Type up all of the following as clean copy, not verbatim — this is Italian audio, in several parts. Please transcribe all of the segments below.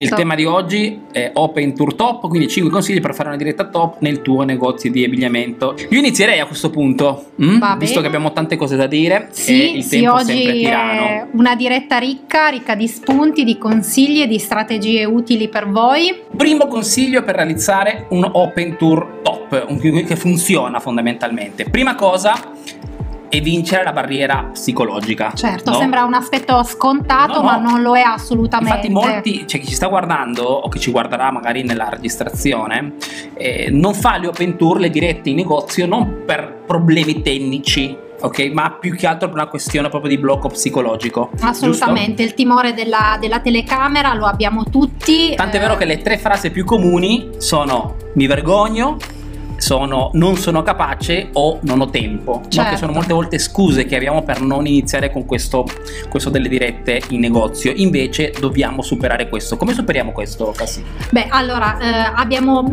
Il tema di oggi è Open Tour Top, quindi 5 consigli per fare una diretta top nel tuo negozio di abbigliamento. Io inizierei a questo punto, visto che abbiamo tante cose da dire e il tempo è sempre tirano. È una diretta ricca di spunti, di consigli e di strategie utili per voi. Primo consiglio per realizzare un Open Tour Top, che funziona fondamentalmente. Prima cosa, e vincere la barriera psicologica. Certo, no? Sembra un aspetto scontato, ma non lo è assolutamente. Infatti molti, cioè chi ci sta guardando o chi ci guarderà magari nella registrazione, non fa le open tour, le dirette in negozio, non per problemi tecnici, ok, ma più che altro per una questione proprio di blocco psicologico. Assolutamente, giusto? Il timore della telecamera lo abbiamo tutti. Tant'è vero che le 3 frasi più comuni sono: mi vergogno, non sono capace o non ho tempo, certo. Che sono molte volte scuse che abbiamo per non iniziare con questo delle dirette in negozio. Invece dobbiamo superare questo. Come superiamo questo, Cassi? Beh, allora abbiamo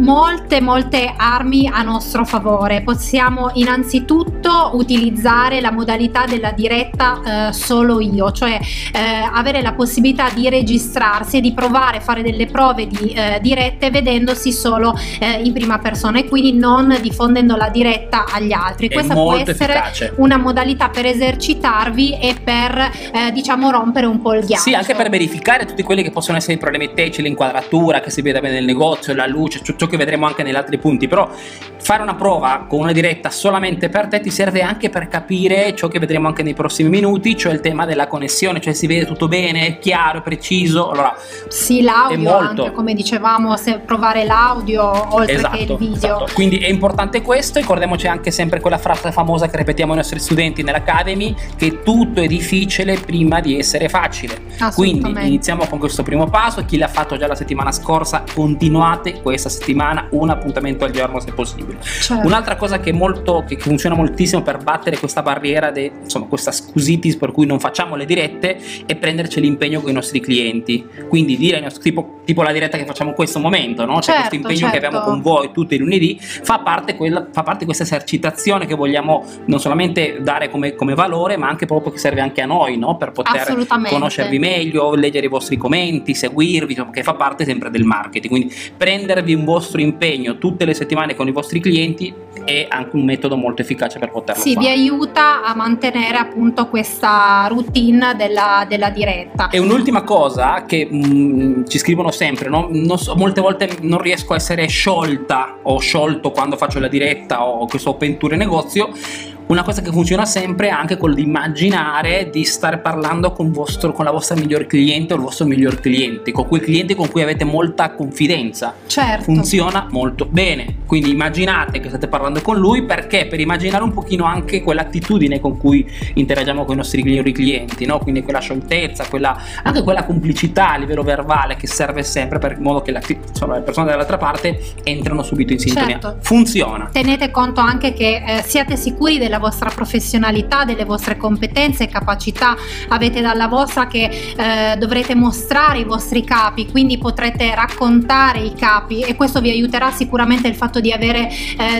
molte armi a nostro favore. Possiamo innanzitutto utilizzare la modalità della diretta solo io, cioè avere la possibilità di registrarsi e di provare a fare delle prove di dirette vedendosi solo in prima persona, e quindi non diffondendo la diretta agli altri. Questa può essere efficace. Una modalità per esercitarvi e per diciamo rompere un po' il ghiaccio. Sì, anche per verificare tutti quelli che possono essere i problemi tecnici, l'inquadratura, che si veda bene nel negozio, la luce, ciò che vedremo anche negli altri punti. Però fare una prova con una diretta solamente per te ti serve anche per capire ciò che vedremo anche nei prossimi minuti, cioè il tema della connessione, cioè si vede tutto bene, è chiaro, è preciso. Allora, sì, l'audio anche, come dicevamo, se provare l'audio oltre che il video. Esatto. Quindi è importante questo. Ricordiamoci anche sempre quella frase famosa che ripetiamo ai nostri studenti nell'Academy, che tutto è difficile prima di essere facile. Quindi iniziamo con questo primo passo. Chi l'ha fatto già la settimana scorsa, continuate questa settimana, un appuntamento al giorno se possibile. Certo. Un'altra cosa che funziona moltissimo per battere questa barriera, questa scusitis per cui non facciamo le dirette, è prenderci l'impegno con i nostri clienti. Quindi dire ai nostri, tipo la diretta che facciamo in questo momento, no? Cioè questo impegno che abbiamo con voi tutti i lunedì, fa parte di questa esercitazione che vogliamo non solamente dare come valore, ma anche proprio che serve anche a noi, no? Per poter conoscervi meglio, leggere i vostri commenti, seguirvi, che fa parte sempre del marketing. Quindi prendervi un vostro impegno tutte le settimane con i vostri clienti è anche un metodo molto efficace per poterlo fare. Vi aiuta a mantenere appunto questa routine della diretta. E un'ultima cosa che ci scrivono sempre, no? Molte volte non riesco a essere sciolta o sciolto quando faccio la diretta o questo open tour in negozio. Una cosa che funziona sempre è anche quello di immaginare di stare parlando con la vostra miglior cliente o il vostro miglior cliente, con quei clienti con cui avete molta confidenza. Certo. Funziona molto bene. Quindi immaginate che state parlando con lui, perché per immaginare un pochino anche quell'attitudine con cui interagiamo con i nostri migliori clienti, no? Quindi quella scioltezza, anche quella complicità a livello verbale che serve sempre, per modo che le persone dall'altra parte entrano subito in sintonia. Certo. Funziona. Tenete conto anche che siate sicuri della vostra professionalità, delle vostre competenze e capacità. Avete dalla vostra che dovrete mostrare i vostri capi, quindi potrete raccontare i capi, e questo vi aiuterà sicuramente. Il fatto di avere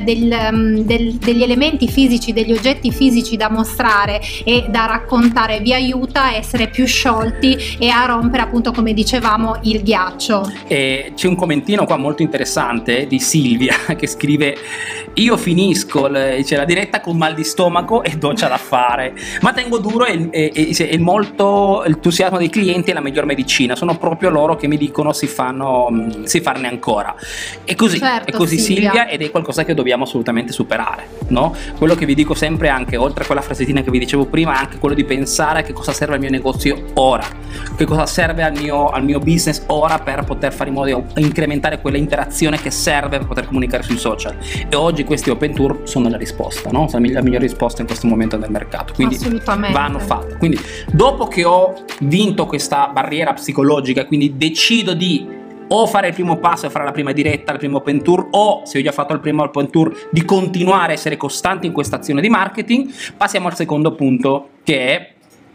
degli elementi fisici, degli oggetti fisici da mostrare e da raccontare vi aiuta a essere più sciolti e a rompere, appunto, come dicevamo, il ghiaccio. E c'è un commentino qua molto interessante di Silvia che scrive: io finisco la diretta con mal di stomaco e doccia da fare, ma tengo duro e molto l'entusiasmo dei clienti è la miglior medicina. Sono proprio loro che mi dicono si farne ancora. E così, certo, è così Silvia, ed è qualcosa che dobbiamo assolutamente superare, no? Quello che vi dico sempre, anche oltre a quella frasettina che vi dicevo prima, è anche quello di pensare a che cosa serve al mio negozio ora, che cosa serve al mio business ora, per poter fare in modo di incrementare quella interazione che serve per poter comunicare sui social. E oggi questi open tour sono la risposta, no? Sono la migliore risposta in questo momento del mercato, quindi vanno fatte. Quindi dopo che ho vinto questa barriera psicologica, quindi decido di o fare il primo passo e fare la prima diretta, il primo open tour, o se ho già fatto il primo open tour di continuare a essere costante in questa azione di marketing, passiamo al secondo punto, che è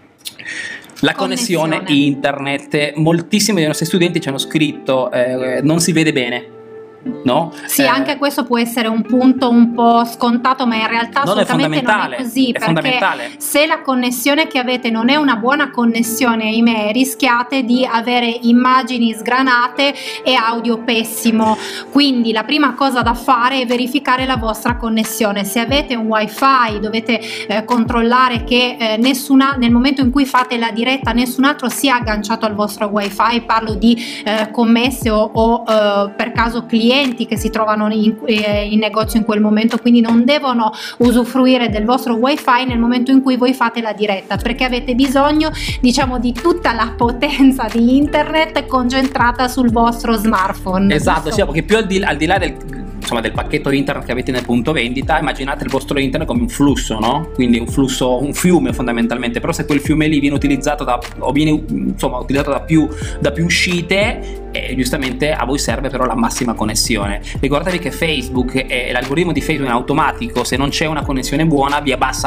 la connessione internet. Moltissimi dei nostri studenti ci hanno scritto non si vede bene. no? Sì, anche questo può essere un punto un po' scontato, ma in realtà assolutamente non è così, è perché fondamentale. se la connessione che avete non è una buona connessione, ahimè, rischiate di avere immagini sgranate e audio pessimo. Quindi la prima cosa da fare è verificare la vostra connessione. Se avete un wifi dovete controllare che nel momento in cui fate la diretta nessun altro sia agganciato al vostro wifi. Parlo di commesse o per caso clienti che si trovano in negozio in quel momento, quindi non devono usufruire del vostro wifi nel momento in cui voi fate la diretta, perché avete bisogno, diciamo, di tutta la potenza di internet concentrata sul vostro smartphone. Esatto, sì, perché più al di là del pacchetto internet che avete nel punto vendita, immaginate il vostro internet come un flusso, no? Quindi un fiume fondamentalmente, però se quel fiume lì viene utilizzato utilizzato da più uscite, giustamente a voi serve però la massima connessione. Ricordatevi che Facebook e l'algoritmo di Facebook in automatico, se non c'è una connessione buona, vi abbassa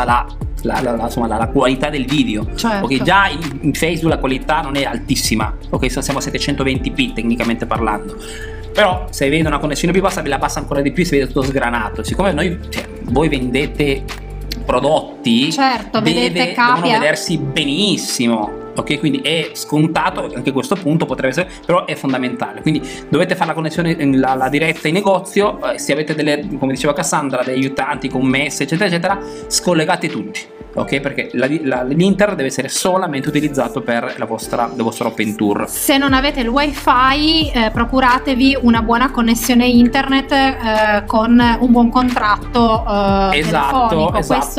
la qualità del video. Certo. Ok, già in Facebook la qualità non è altissima, ok, siamo a 720p tecnicamente parlando. Però se vede una connessione più bassa, ve la passa ancora di più, si vede tutto sgranato. Siccome voi vendete prodotti, certo, devono vedersi benissimo. Ok, quindi è scontato anche questo punto, potrebbe essere, però è fondamentale. Quindi dovete fare la connessione, la diretta in negozio. Se avete come diceva Cassandra, degli aiutanti, commesse, eccetera, eccetera, scollegate tutti. Ok, perché l'internet deve essere solamente utilizzato per il vostro Open Tour. Se non avete il wifi, procuratevi una buona connessione internet con un buon contratto telefonico. Questo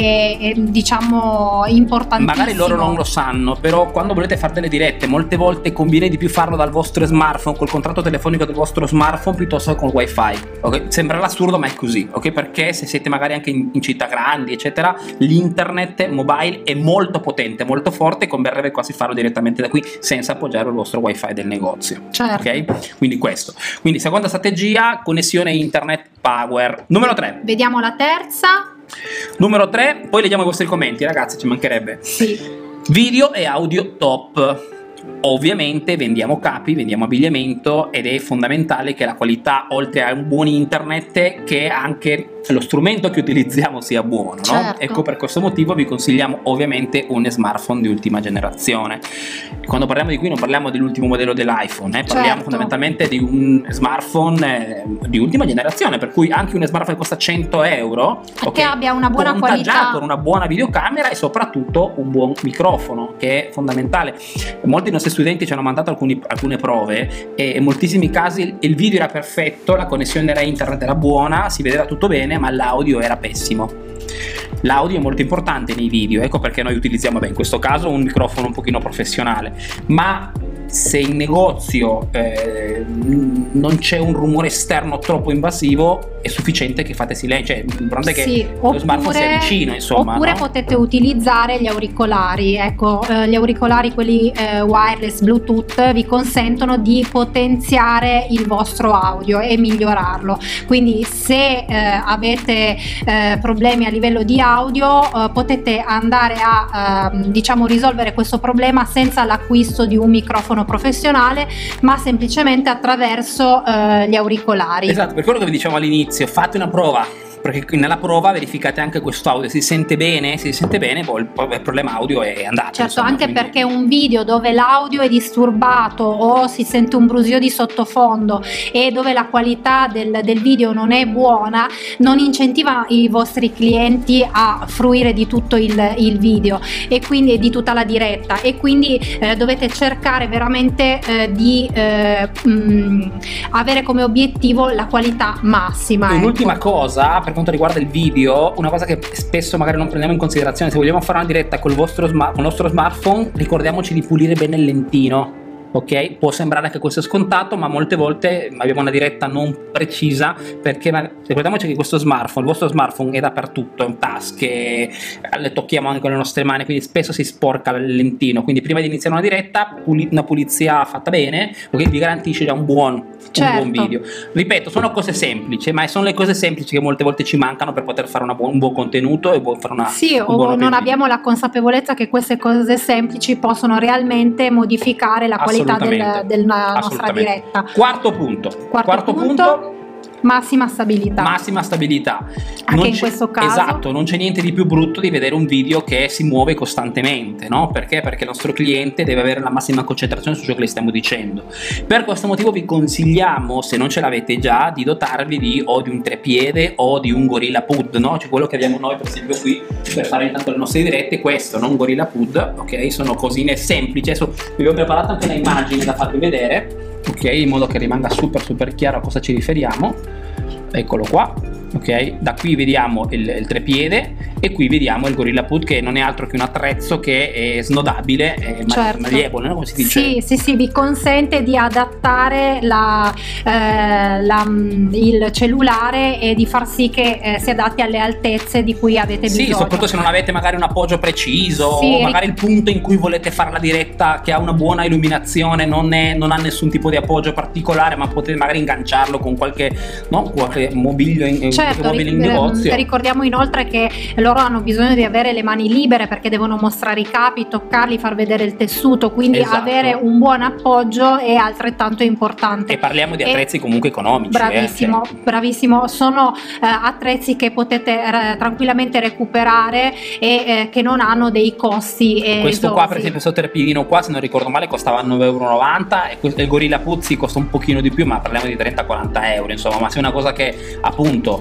è diciamo importantissimo. Magari loro non lo sanno, però quando volete fare delle dirette molte volte conviene di più farlo dal vostro smartphone, col contratto telefonico del vostro smartphone, piuttosto che con il wifi. Ok, sembrerà assurdo ma è così, ok, perché se siete magari anche in città grandi eccetera, l'internet mobile è molto potente, molto forte, e converrebbe quasi farlo direttamente da qui senza appoggiare il vostro wifi del negozio. Certo. Ok, quindi seconda strategia, connessione internet power. Numero 3, vediamo la terza. Numero 3, poi leggiamo i vostri commenti, ragazzi, ci mancherebbe. Sì. Video e audio top. Ovviamente vendiamo capi, vendiamo abbigliamento, ed è fondamentale che la qualità, oltre a un buon internet, che anche lo strumento che utilizziamo sia buono, no? Certo. Ecco, per questo motivo vi consigliamo ovviamente un smartphone di ultima generazione. Quando parliamo di qui non parliamo dell'ultimo modello dell'iPhone, parliamo certo, fondamentalmente di un smartphone di ultima generazione, per cui anche un smartphone che costa 100 euro, che abbia una buona qualità, con una buona videocamera e soprattutto un buon microfono, che è fondamentale. Molti nostri studenti ci hanno mandato alcune prove e in moltissimi casi il video era perfetto, la connessione era internet era buona, si vedeva tutto bene, ma l'audio era pessimo. L'audio è molto importante nei video, ecco perché noi utilizziamo, in questo caso, un microfono un pochino professionale, ma se in negozio non c'è un rumore esterno troppo invasivo, è sufficiente che fate silenzio, cioè l'importante è che lo smartphone sia vicino, insomma. Oppure no? Potete utilizzare gli auricolari, ecco, gli auricolari quelli wireless Bluetooth vi consentono di potenziare il vostro audio e migliorarlo. Quindi se avete problemi a livello di audio, potete andare a diciamo risolvere questo problema senza l'acquisto di un microfono professionale, ma semplicemente attraverso gli auricolari. Esatto, per quello che vi diciamo all'inizio, fate una prova, perché nella prova verificate anche questo audio, si sente bene, poi il problema audio è andato. Certo, insomma, anche quindi... perché un video dove l'audio è disturbato o si sente un brusio di sottofondo e dove la qualità del video non è buona, non incentiva i vostri clienti a fruire di tutto il video e quindi di tutta la diretta, e quindi dovete cercare veramente di avere come obiettivo la qualità massima. Un'ultima cosa per quanto riguarda il video, una cosa che spesso magari non prendiamo in considerazione: se vogliamo fare una diretta con il nostro smartphone, ricordiamoci di pulire bene il lentino. Ok, può sembrare anche questo scontato, ma molte volte abbiamo una diretta non precisa, perché ricordiamoci che il vostro smartphone è dappertutto, è in tasche, le tocchiamo anche con le nostre mani, quindi spesso si sporca il lentino. Quindi prima di iniziare una diretta, una pulizia fatta bene, ok, vi garantisce già un buon video. Ripeto, sono cose semplici, ma sono le cose semplici che molte volte ci mancano per poter fare un buon contenuto e fare una o non abbiamo la consapevolezza che queste cose semplici possono realmente modificare la qualità qualità Assolutamente. della nostra Assolutamente. diretta. Quarto punto. Massima stabilità. Massima stabilità. Anche in questo caso. Esatto, non c'è niente di più brutto di vedere un video che si muove costantemente, no? Perché? Perché il nostro cliente deve avere la massima concentrazione su ciò che le stiamo dicendo. Per questo motivo vi consigliamo, se non ce l'avete già, di dotarvi di un trepiede o di un GorillaPod, no? Cioè quello che abbiamo noi per esempio qui per fare intanto le nostre dirette, questo, non un GorillaPod, ok? Sono cosine semplici. Adesso vi ho preparato anche un'immagine da farvi vedere, ok? In modo che rimanga super chiaro a cosa ci riferiamo. Eccolo qua, ok? Da qui vediamo il trepiede e qui vediamo il GorillaPod, che non è altro che un attrezzo che è snodabile, è Certo. malleabile, no? Come si dice? Sì, vi consente di adattare il cellulare e di far sì che si adatti alle altezze di cui avete bisogno. Sì, soprattutto se non avete magari un appoggio preciso, Sì. o magari il punto in cui volete fare la diretta che ha una buona illuminazione non ha nessun tipo di appoggio particolare, ma potete magari ingaggiarlo con qualche mobilio in negozio. Ricordiamo inoltre che loro hanno bisogno di avere le mani libere perché devono mostrare i capi, toccarli, far vedere il tessuto, quindi Esatto. avere un buon appoggio è altrettanto importante. E parliamo di attrezzi comunque economici. Bravissimo, bravissimo. Sono attrezzi che potete tranquillamente recuperare e che non hanno dei costi Questo esosi. qua, per esempio, questo trepiedino qua, se non ricordo male, costava 9,90 €, e il GorillaPod costa un pochino di più, ma parliamo di 30-40 €, insomma. Ma se è una cosa che appunto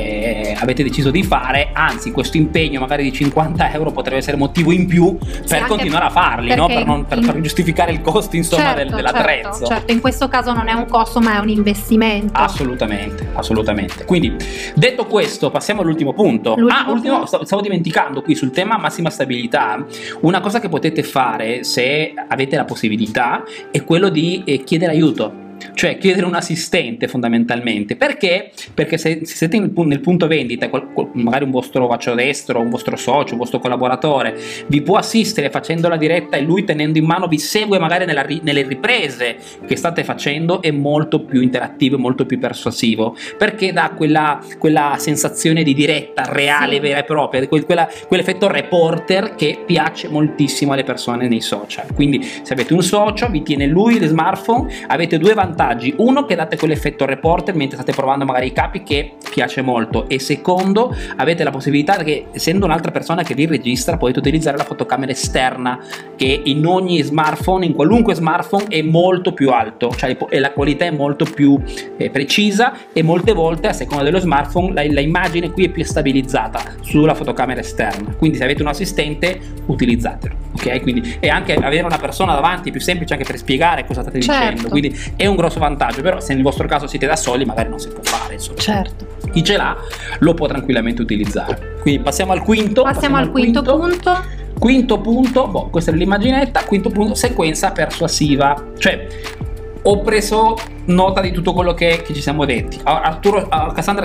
avete deciso di fare, anzi questo impegno magari di 50 € potrebbe essere motivo in più per continuare a farli, no? Per giustificare il costo, insomma, dell'attrezzo. Certo, in questo caso non è un costo ma è un investimento. Assolutamente. Quindi, detto questo, passiamo all'ultimo punto. Stavo dimenticando qui sul tema massima stabilità. Una cosa che potete fare, se avete la possibilità, è quello di chiedere aiuto. Cioè chiedere un assistente, fondamentalmente. Perché? Perché se siete nel punto vendita, magari un vostro braccio destro, un vostro socio, un vostro collaboratore vi può assistere facendo la diretta, e lui tenendo in mano vi segue magari nelle riprese che state facendo, è molto più interattivo e molto più persuasivo, perché dà quella sensazione di diretta reale, Sì. vera e propria, quell'effetto reporter che piace moltissimo alle persone nei social. Quindi se avete un socio, vi tiene lui lo smartphone, avete due vantaggi: uno, che date quell'effetto reporter mentre state provando magari i capi, che piace molto, e secondo, avete la possibilità che, essendo un'altra persona che vi registra, potete utilizzare la fotocamera esterna, che in ogni smartphone, in qualunque smartphone, è molto più alto, cioè e la qualità è molto più precisa, e molte volte, a seconda dello smartphone, la immagine qui è più stabilizzata sulla fotocamera esterna. Quindi se avete un assistente, utilizzatelo, ok? Quindi, e anche avere una persona davanti è più semplice anche per spiegare cosa state dicendo, quindi è un grosso vantaggio. Però se nel vostro caso siete da soli, magari non si può fare, insomma. Certo. Chi ce l'ha lo può tranquillamente utilizzare. Quindi passiamo al quinto. Passiamo al quinto punto. Quinto punto, questa è l'immaginetta. Quinto punto: sequenza persuasiva. Cioè, ho preso nota di tutto quello che ci siamo detti. Arturo, Cassandra,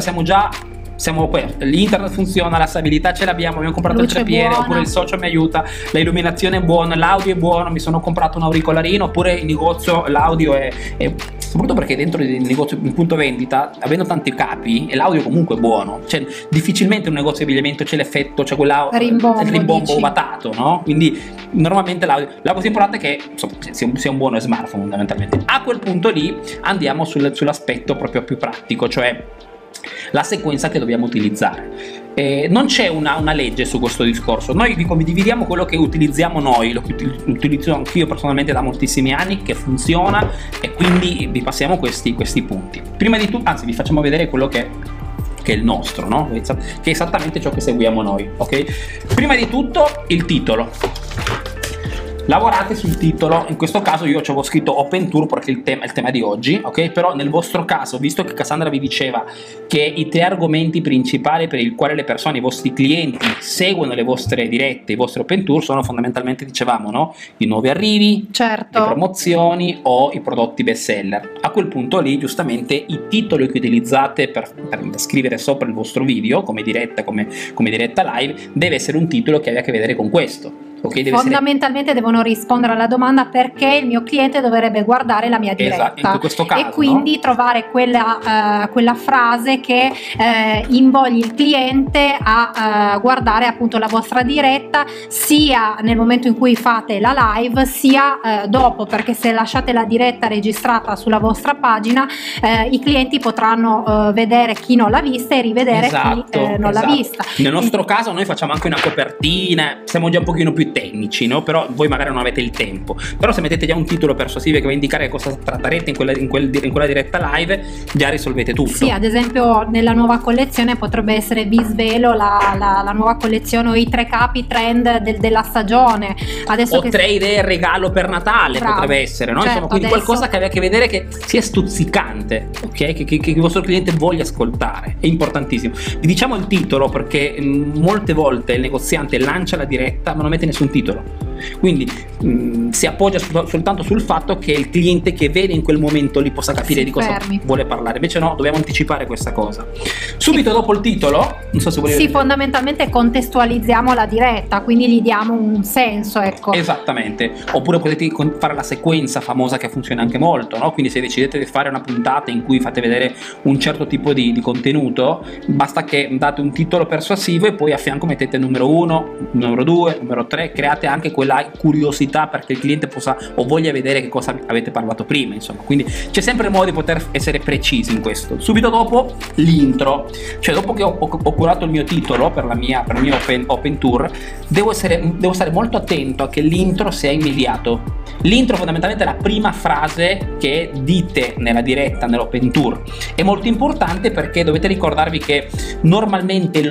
l'internet funziona, la stabilità ce l'abbiamo, abbiamo comprato il trepiede, oppure il socio mi aiuta, la illuminazione è buona, l'audio è buono, mi sono comprato un auricolarino, oppure in negozio l'audio è soprattutto perché dentro il negozio, in punto vendita, avendo tanti capi, e l'audio comunque è buono. Cioè, difficilmente in un negozio di abbigliamento c'è l'effetto, c'è il rimbombo batato, no? Quindi normalmente l'audio, la cosa importante è che insomma, sia un buono smartphone, fondamentalmente. A quel punto lì andiamo sull'aspetto proprio più pratico, cioè la sequenza che dobbiamo utilizzare. Non c'è una legge su questo discorso. Noi vi condividiamo quello che utilizziamo noi, lo utilizzo anch'io personalmente da moltissimi anni, che funziona, e quindi vi passiamo questi punti. Prima di tutto, anzi, vi facciamo vedere quello che è il nostro, no? Che è esattamente ciò che seguiamo noi, ok? Prima di tutto il titolo. Lavorate sul titolo. In questo caso io ci avevo scritto Open Tour perché è il tema di oggi, ok? Però nel vostro caso, visto che Cassandra vi diceva che i tre argomenti principali per il quale le persone, i vostri clienti, seguono le vostre dirette, i vostri Open Tour, sono fondamentalmente, dicevamo, no? I nuovi arrivi, certo, le promozioni o i prodotti best seller. A quel punto lì, giustamente, i titoli che utilizzate per scrivere sopra il vostro video, come diretta live, deve essere un titolo che abbia a che vedere con questo. ok? Deve fondamentalmente devono rispondere alla domanda perché il mio cliente dovrebbe guardare la mia diretta, esatto, in questo caso, e quindi trovare quella frase che invogli il cliente a guardare appunto la vostra diretta, sia nel momento in cui fate la live sia dopo, perché se lasciate la diretta registrata sulla vostra pagina i clienti potranno vedere chi non l'ha vista e rivedere chi non l'ha vista. Nel nostro caso noi facciamo anche una copertina, siamo già un pochino più tecnici, no? Però voi magari non avete il tempo, però se mettete già un titolo persuasivo che va a indicare cosa tratterete in quella diretta live, già risolvete tutto. Sì, ad esempio nella nuova collezione potrebbe essere vi svelo la nuova collezione o i 3 capi trend della stagione, adesso o 3 idee regalo per Natale. Bravo. Potrebbe essere, no? Certo, insomma, quindi adesso... qualcosa che aveva a che vedere, che sia stuzzicante, ok? Che il vostro cliente voglia ascoltare, è importantissimo. Vi diciamo il titolo perché molte volte il negoziante lancia la diretta ma non mette nessun titolo, quindi si appoggia soltanto sul fatto che il cliente che vede in quel momento lì possa capire di cosa vuole parlare, invece no, dobbiamo anticipare questa cosa. Subito dopo il titolo, non so se volete... Sì, fondamentalmente contestualizziamo la diretta, quindi gli diamo un senso, ecco. Esattamente, oppure potete fare la sequenza famosa che funziona anche molto, no? Quindi se decidete di fare una puntata in cui fate vedere un certo tipo di contenuto, basta che date un titolo persuasivo e poi a fianco mettete numero 1, numero 2, numero 3, create anche quella curiosità perché il cliente possa o voglia vedere che cosa avete parlato prima, insomma. Quindi c'è sempre il modo di poter essere precisi in questo. Subito dopo l'intro, cioè dopo che ho curato il mio titolo per il mio open tour, devo stare molto attento a che l'intro sia immediato. L'intro fondamentalmente è la prima frase che dite nella diretta, nell'open tour. È molto importante perché dovete ricordarvi che normalmente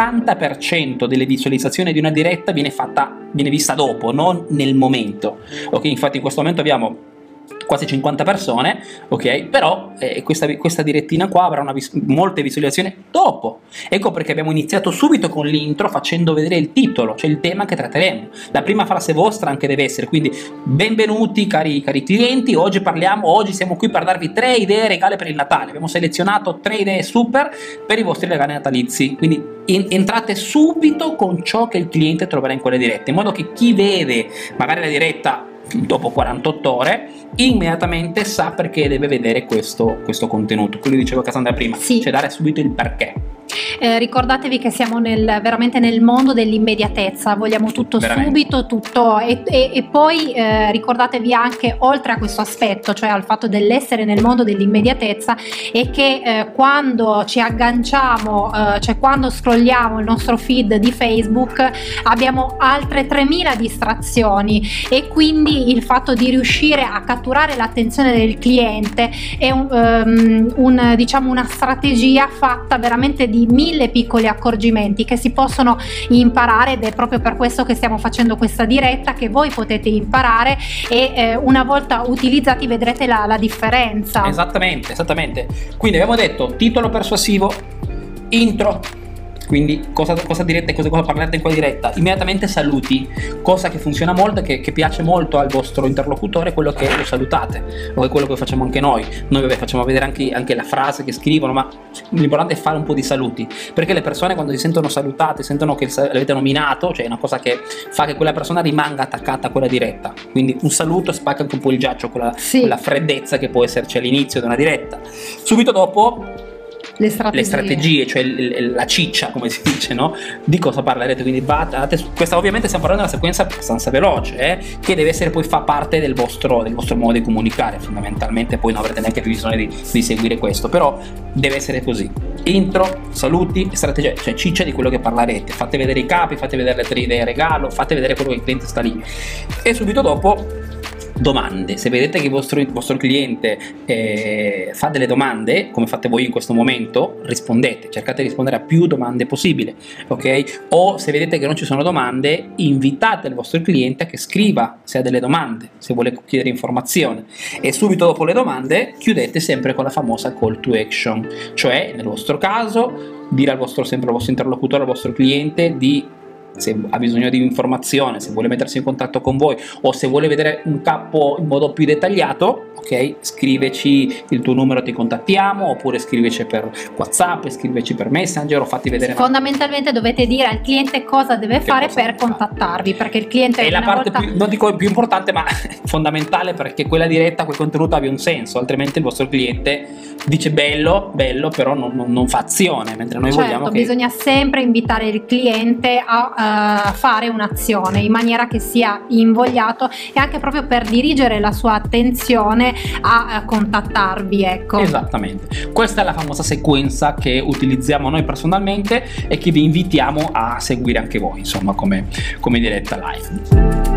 l'80% delle visualizzazioni di una diretta viene vista dopo, non nel momento. Ok, infatti in questo momento abbiamo quasi 50 persone, ok? Però questa direttina qua avrà molte visualizzazioni dopo. Ecco perché abbiamo iniziato subito con l'intro facendo vedere il titolo, cioè il tema che tratteremo. La prima frase vostra anche deve essere, quindi benvenuti cari clienti, oggi siamo qui per darvi 3 idee regale per il Natale. Abbiamo selezionato 3 idee super per i vostri regali natalizi, quindi entrate subito con ciò che il cliente troverà in quelle dirette, in modo che chi vede magari la diretta dopo 48 ore immediatamente sa perché deve vedere questo contenuto. Quello dicevo Cassandra prima, sì. Cioè dare subito il perché. Ricordatevi che siamo veramente nel mondo dell'immediatezza, vogliamo tutto subito, tutto e poi ricordatevi anche, oltre a questo aspetto, cioè al fatto dell'essere nel mondo dell'immediatezza, è che quando ci agganciamo, cioè quando scrolliamo il nostro feed di Facebook, abbiamo altre 3000 distrazioni, e quindi il fatto di riuscire a catturare l'attenzione del cliente è diciamo una strategia fatta veramente di 1000 piccoli accorgimenti che si possono imparare, ed è proprio per questo che stiamo facendo questa diretta, che voi potete imparare e una volta utilizzati vedrete la differenza. Esattamente. Quindi abbiamo detto titolo persuasivo, intro, quindi cosa direte, cosa parlerete in quella diretta, immediatamente saluti, cosa che funziona molto e che piace molto al vostro interlocutore, quello che lo salutate, o è quello che facciamo anche noi facciamo vedere anche la frase che scrivono, ma l'importante è fare un po' di saluti, perché le persone quando si sentono salutate, sentono che l'avete nominato, cioè è una cosa che fa che quella persona rimanga attaccata a quella diretta, quindi un saluto spacca anche un po' il ghiaccio, quella freddezza che può esserci all'inizio di una diretta. Subito dopo le strategie, cioè la ciccia, come si dice, no? Di cosa parlerete, quindi questa ovviamente stiamo parlando di una sequenza abbastanza veloce, che deve essere, poi fa parte del vostro modo di comunicare, fondamentalmente poi non avrete neanche più bisogno di seguire questo, però deve essere così: intro, saluti, strategia, cioè ciccia di quello che parlerete, fate vedere i capi, fate vedere le 3 idee regalo, fate vedere quello che il cliente sta lì, e subito dopo domande. Se vedete che il vostro cliente fa delle domande, come fate voi in questo momento, rispondete, cercate di rispondere a più domande possibile, ok? O se vedete che non ci sono domande, invitate il vostro cliente a che scriva se ha delle domande, se vuole chiedere informazione, e subito dopo le domande chiudete sempre con la famosa call to action, cioè nel vostro caso dire sempre al vostro interlocutore, al vostro cliente, di se ha bisogno di informazione, se vuole mettersi in contatto con voi o se vuole vedere un capo in modo più dettagliato, ok, scriveci il tuo numero, ti contattiamo, oppure scriveci per WhatsApp, scriveci per Messenger o fatti vedere. Fondamentalmente dovete dire al cliente cosa deve fare per contattarvi, perché il cliente è la parte più, non dico più importante, ma fondamentale, perché quella diretta, quel contenuto abbia un senso, altrimenti il vostro cliente dice bello, però non fa azione, mentre noi vogliamo che... bisogna sempre invitare il cliente a fare un'azione in maniera che sia invogliato, e anche proprio per dirigere la sua attenzione a contattarvi, ecco. Esattamente, questa è la famosa sequenza che utilizziamo noi personalmente e che vi invitiamo a seguire anche voi, insomma, come diretta live.